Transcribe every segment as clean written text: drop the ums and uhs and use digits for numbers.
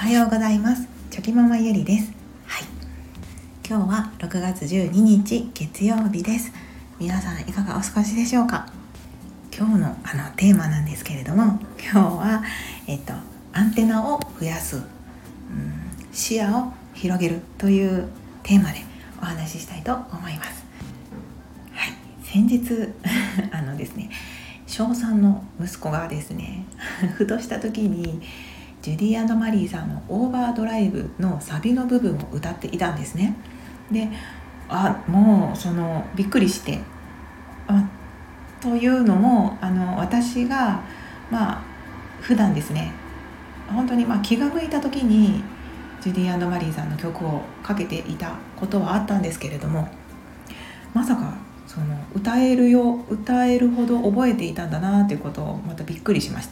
はようございます。チョキママゆりです。今日は6月12日月曜日です。皆さんいかがお過ごしでしょうか。今日のテーマなんですけれども、今日は、アンテナを増やす、視野を広げるというテーマでお話ししたいと思います。先日ですね、小3の息子がですねふとした時にジュディ&マリーさんのオーバードライブのサビの部分を歌っていたんですね。で、もうびっくりして、というのも私が普段ですね、本当に気が向いた時にジュディ&マリーさんの曲をかけていたことはあったんですけれども、まさか歌えるほど覚えていたんだなということをまたびっくりしまして、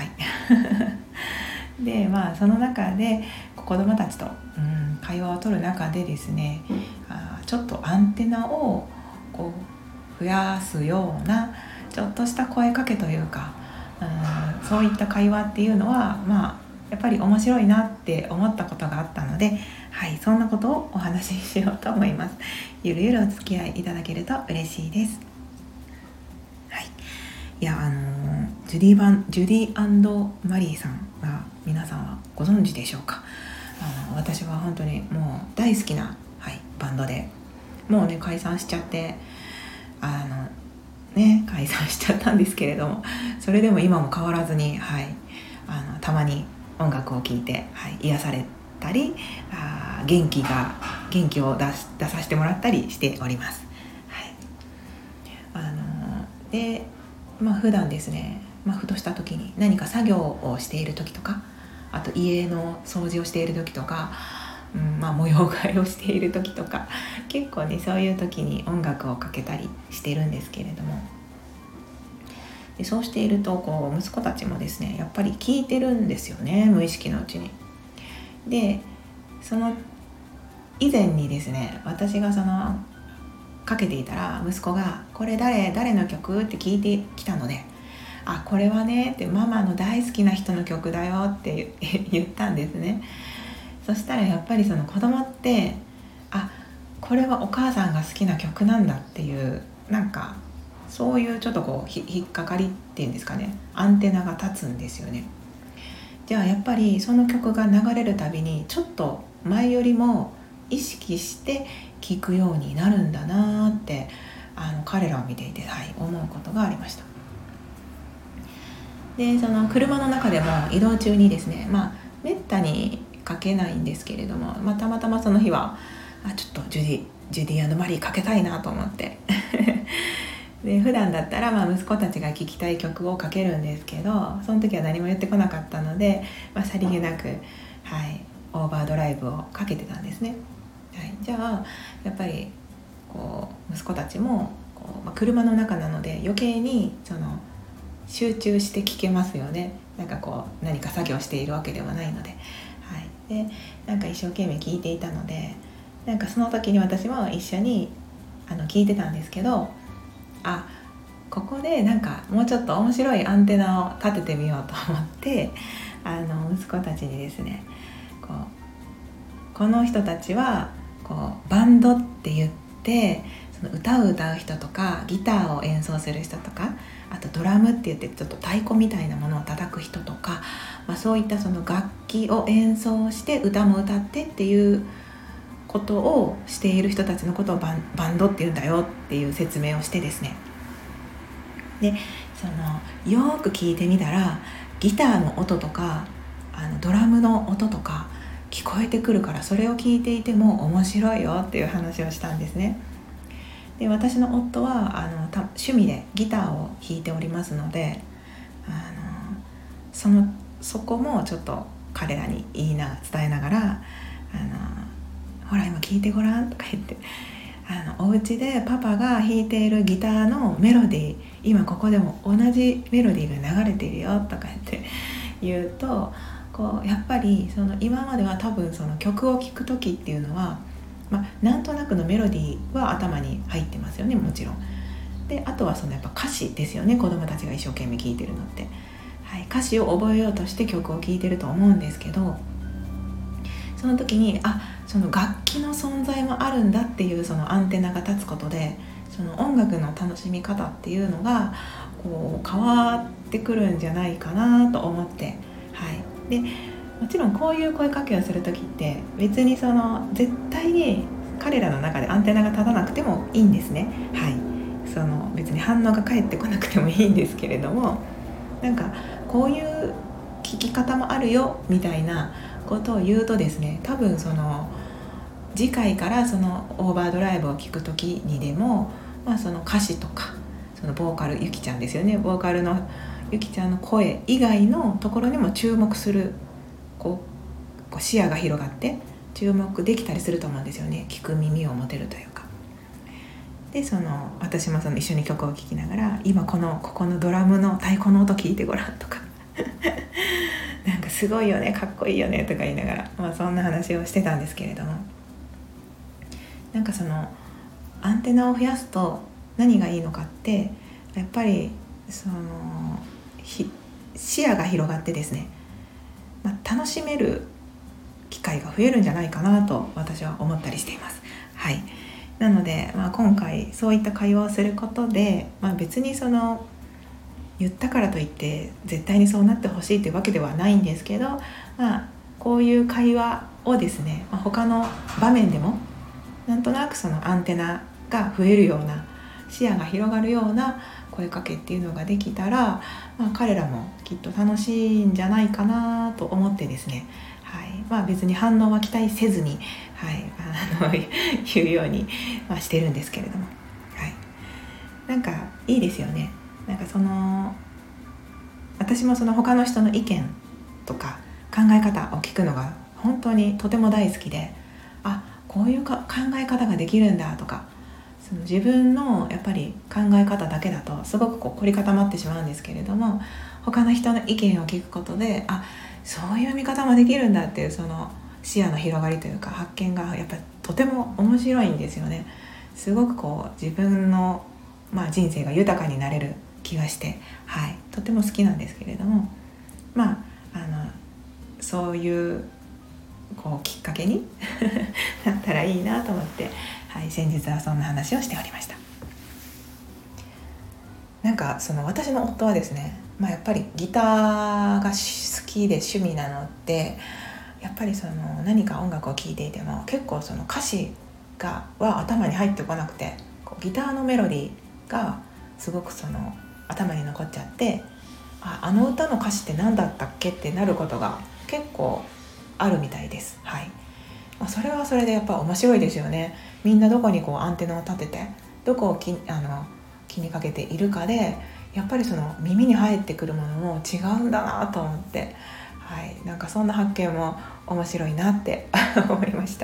でその中で子どもたちと会話を取る中でですね、ちょっとアンテナを増やすようなちょっとした声かけというか、そういった会話っていうのはやっぱり面白いなって思ったことがあったので、そんなことをお話ししようと思います。ゆるゆるお付き合いいただけると嬉しいです。ジュディ&マリーさんは皆さんはご存知でしょうか。私は本当にもう大好きな、バンドで、もうね解散しちゃって解散しちゃったんですけれども、それでも今も変わらずに、たまに音楽を聴いて、癒されたり元気を出させてもらったりしております。で普段ですね、ふとした時に何か作業をしている時とか、あと家の掃除をしている時とか、模様替えをしている時とか、結構ねそういう時に音楽をかけたりしてるんですけれども、でそうしていると息子たちもですねやっぱり聞いてるんですよね、無意識のうちに。でその以前にですね、私がかけていたら息子がこれ誰の曲って聞いてきたので、これはねってママの大好きな人の曲だよって言ったんですね。そしたらやっぱり子供ってこれはお母さんが好きな曲なんだっていう、そういうちょっと引っかかりっていうんですかね、アンテナが立つんですよね。じゃあやっぱりその曲が流れるたびにちょっと前よりも意識して聴くようになるんだなって彼らを見ていて、思うことがありました。で車の中でも移動中にですね、めったにかけないんですけれども、たまたまその日はちょっとジュディ&マリーかけたいなと思ってで普段だったら息子たちが聴きたい曲をかけるんですけど、その時は何も言ってこなかったので、さりげなく、オーバードライブをかけてたんですね。じゃあやっぱり息子たちも車の中なので余計に集中して聴けますよね。何か作業しているわけではないので、で一生懸命聴いていたので、その時に私も一緒に聴いてたんですけど、ここでもうちょっと面白いアンテナを立ててみようと思って息子たちにですね、この人たちはバンドって言って、歌を歌う人とかギターを演奏する人とか、あとドラムって言ってちょっと太鼓みたいなものを叩く人とか、そういった楽器を演奏して歌も歌ってっていうことをしている人たちのことをバンドって言うんだよっていう説明をしてですね、でよーく聞いてみたらギターの音とかドラムの音とか聞こえてくるから、それを聞いていても面白いよっていう話をしたんですね。で私の夫は趣味でギターを弾いておりますので、そこもちょっと彼らに伝えながらほら今聞いてごらんとか言って、お家でパパが弾いているギターのメロディー、今ここでも同じメロディーが流れているよとか言うと、やっぱり今までは多分曲を聴く時っていうのは、なんとなくのメロディーは頭に入ってますよね、もちろん。であとはやっぱ歌詞ですよね、子どもたちが一生懸命聴いてるのって、歌詞を覚えようとして曲を聴いてると思うんですけど、 その時にその楽器の存在もあるんだっていうそのアンテナが立つことで、その音楽の楽しみ方っていうのがこう変わってくるんじゃないかなと思って、でもちろんこういう声かけをする時って別にその絶対に彼らの中でアンテナが立たなくてもいいんですね。その別に反応が返ってこなくてもいいんですけれども、なんかこういう聞き方もあるよみたいなことを言うとですね、多分その次回からそのオーバードライブを聞く時にでも、その歌詞とかそのボーカルゆきちゃんですよね、ボーカルのゆきちゃんの声以外のところにも注目するこう視野が広がって注目できたりすると思うんですよね。聞く耳を持てるというか。で私もその一緒に曲を聴きながら、今ここのドラムの太鼓の音聞いてごらんとかなんかすごいよね、かっこいいよねとか言いながら、そんな話をしてたんですけれども、なんかそのアンテナを増やすと何がいいのかって、やっぱりその視野が広がってですね、楽しめる機会が増えるんじゃないかなと私は思ったりしています。なので、今回そういった会話をすることで、別にその言ったからといって絶対にそうなってほしいというわけではないんですけど、こういう会話をですね、他の場面でもなんとなくそのアンテナが増えるような、視野が広がるような声かけっていうのができたら、彼らもきっと楽しいんじゃないかなと思ってですね、別に反応は期待せずに、言うように、してるんですけれども、なんかいいですよね。なんか私もその他の人の意見とか考え方を聞くのが本当にとても大好きで、こういう考え方ができるんだとか、その自分のやっぱり考え方だけだとすごく凝り固まってしまうんですけれども、他の人の意見を聞くことで、そういう見方もできるんだっていうその視野の広がりというか発見がやっぱりとても面白いんですよね。すごく自分の、人生が豊かになれる気がして、とても好きなんですけれども、そういうきっかけになったらいいなと思って、先日はそんな話をしておりました。なんか私の夫はですね、やっぱりギターが好きで趣味なので、やっぱり何か音楽を聴いていても結構歌詞は頭に入ってこなくて、ギターのメロディーがすごく頭に残っちゃって、あの歌の歌詞って何だったっけってなることが結構あるみたいです。それはそれでやっぱ面白いですよね。みんなどこにアンテナを立ててどこを気にかけているかで、やっぱり耳に入ってくるものも違うんだなと思って、なんかそんな発見も面白いなって思いました。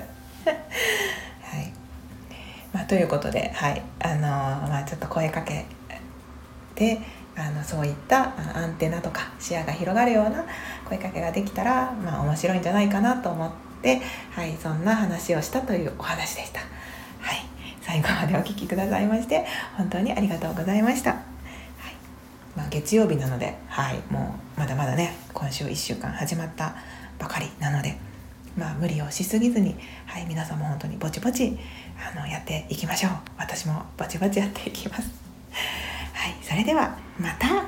ということで、ちょっと声かけでそういったアンテナとか視野が広がるような声かけができたら、面白いんじゃないかなと思って、そんな話をしたというお話でした。最後までお聞きくださいまして本当にありがとうございました。月曜日なので、もうまだまだね、今週1週間始まったばかりなので、無理をしすぎずに、皆さんも本当にぼちぼちやっていきましょう。私もぼちぼちやっていきます。それではまた。